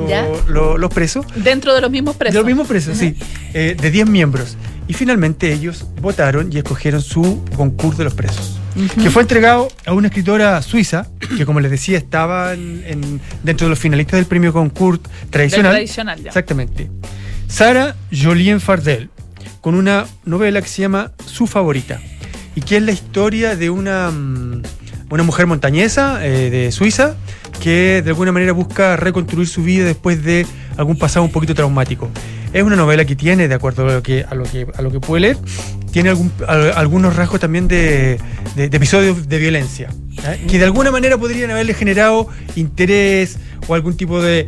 los presos. Dentro de los mismos presos. De los mismos presos, sí, de 10 miembros. Y finalmente ellos votaron y escogieron su Goncourt de los presos. Que fue entregado a una escritora suiza, que como les decía estaba dentro de los finalistas del premio Goncourt tradicional. Exactamente. Sarah Jolien Fardel, con una novela que se llama Su favorita, y que es la historia de una mujer montañesa de Suiza, que de alguna manera busca reconstruir su vida después de algún pasado un poquito traumático. Es una novela que tiene, de acuerdo a lo que pude leer, tiene algunos rasgos también de episodios de violencia, que de alguna manera podrían haberle generado interés o algún tipo de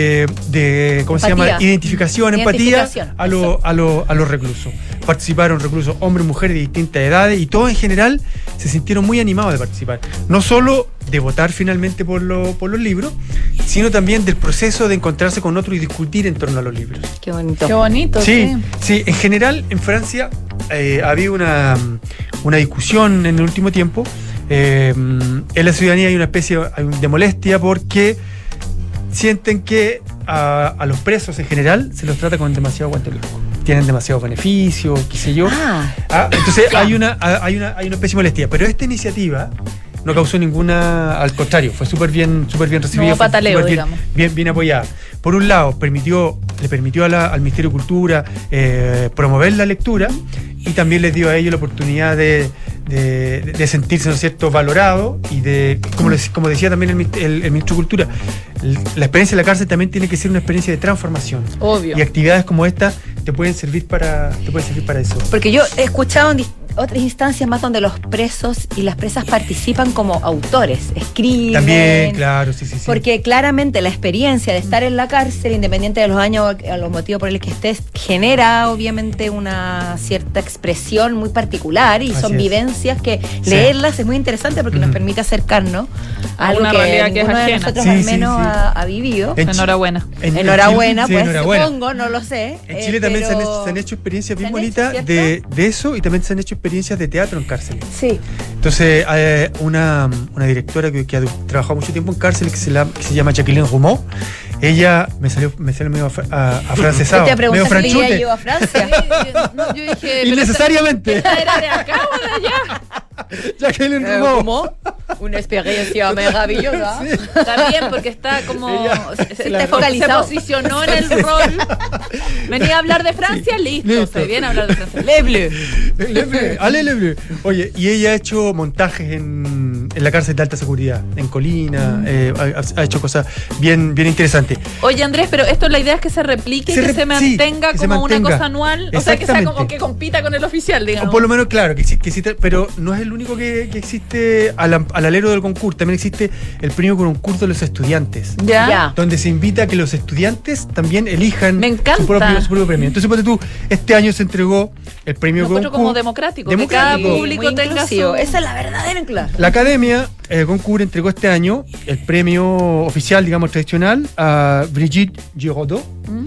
¿cómo se llama? Identificación, empatía a los reclusos. Participaron reclusos, hombres y mujeres de distintas edades, y todos en general se sintieron muy animados de participar. No solo de votar finalmente por los libros, sino también del proceso de encontrarse con otros y discutir en torno a los libros. Qué bonito. Qué bonito, sí. En general, en Francia había una discusión en el último tiempo. En la ciudadanía hay una especie de molestia porque sienten que a los presos en general se los trata con demasiado guante blanco. Tienen demasiados beneficios, qué sé yo. Entonces hay una especie de molestia. Pero esta iniciativa no causó ninguna, al contrario, fue súper bien recibida. No pataleo, digamos. Bien apoyada. Por un lado, le permitió al Ministerio de Cultura promover la lectura, y también les dio a ellos la oportunidad de sentirse, ¿no es cierto?, valorado, y como decía también el Ministro de Cultura, la experiencia de la cárcel también tiene que ser una experiencia de transformación. Obvio. Y actividades como esta te pueden servir para eso. Porque yo he escuchado en otras instancias más donde los presos y las presas participan como autores, escriben. También, claro, sí. Porque claramente la experiencia de estar en la cárcel, independiente de los años o los motivos por los que estés, genera obviamente una cierta expresión muy particular, y son vivencias que leerlas es muy interesante porque nos permite acercarnos a algo una que realidad que es ninguno de ajena. nosotros al menos ha vivido. Enhorabuena. Enhorabuena, Chile, pues enhorabuena. supongo, no lo sé. En Chile también se han hecho experiencias bien bonitas de eso, y también se han hecho experiencias de teatro en cárceles. Sí. Entonces, una directora que ha trabajado mucho tiempo en cárceles, que se llama Jacqueline Roumeau, ella me salió medio afrancesado. Te pregunté si iría yo a Francia. Yo dije, innecesariamente. ¿Era de acá o de allá? Jacqueline Rumó. ¿Cómo? Una experiencia maravillosa. Sí. Está bien, porque está como. está focalizado. Se posicionó en el rol. Venía a hablar de Francia, listo. Se viene a hablar de Francia. Le Bleu. Ale Le Bleu. Oye, y ella ha hecho montajes en la cárcel de alta seguridad, en Colina, ha hecho cosas bien interesantes. Oye, Andrés, pero la idea es que se replique y que se mantenga como una cosa anual. O sea, que sea como que compita con el oficial, digamos. O por lo menos, claro, que existe, pero no es el único que existe al alero del concurso. También existe el premio concurso de los estudiantes. Ya. Donde se invita a que los estudiantes también elijan su propio premio. Entonces, ponte tú, este año se entregó el premio concurso. como democrático. Que cada público tenga su... Esa es la verdadera clase. La Academia Goncourt entregó este año el premio oficial, digamos, tradicional a Brigitte Giraudot,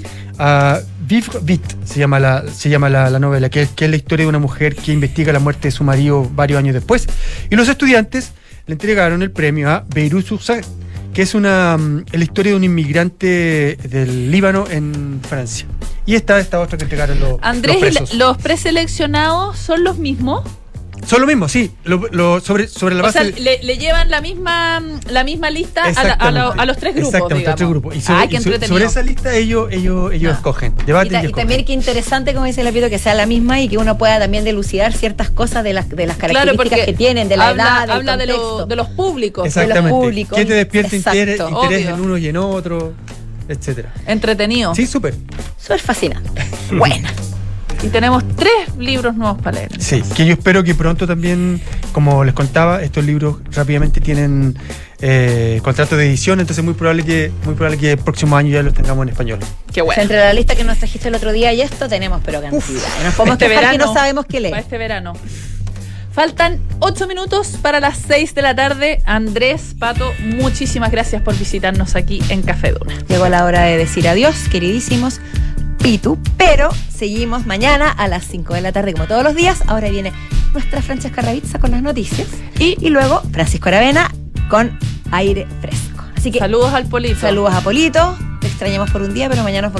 a Vivre Vite, se llama la novela, que es la historia de una mujer que investiga la muerte de su marido varios años después. Y los estudiantes le entregaron el premio a Beirut-sur-Seine, que es la historia de un inmigrante del Líbano en Francia. Y esta otra que entregaron Andrés, los presos. ¿los preseleccionados son los mismos? Son lo mismo, sí. Sobre la base. O sea, le llevan la misma lista a los tres grupos. Exactamente, a tres grupos. Y sobre esa lista ellos escogen. Debaten y también qué interesante, como dice Lapito, que sea la misma y que uno pueda también dilucidar ciertas cosas de las características que tienen, de la edad, habla de los públicos. Exactamente. De los públicos. ¿Qué te despierta interés en uno y en otro? Etcétera. Entretenido. Sí, súper fascinante. Buena. Y tenemos 3 libros nuevos para leer. Sí, que yo espero que pronto también, como les contaba, estos libros rápidamente tienen contratos de edición, entonces es muy probable que el próximo año ya los tengamos en español. Qué bueno. O sea, entre la lista que nos trajiste el otro día y esto tenemos pero cantidad. Nos podemos quejar que no sabemos qué leer. Para este verano. Faltan 8 minutos para las 6 de la tarde. Andrés, Pato, muchísimas gracias por visitarnos aquí en Café Duna. Llegó la hora de decir adiós, queridísimos Pitu, pero seguimos mañana a las 5 de la tarde como todos los días. Ahora viene nuestra Francesca Ravizza con las noticias y luego Francisco Aravena con aire fresco. Así que saludos al Polito. Saludos a Polito. Te extrañamos por un día, pero mañana nos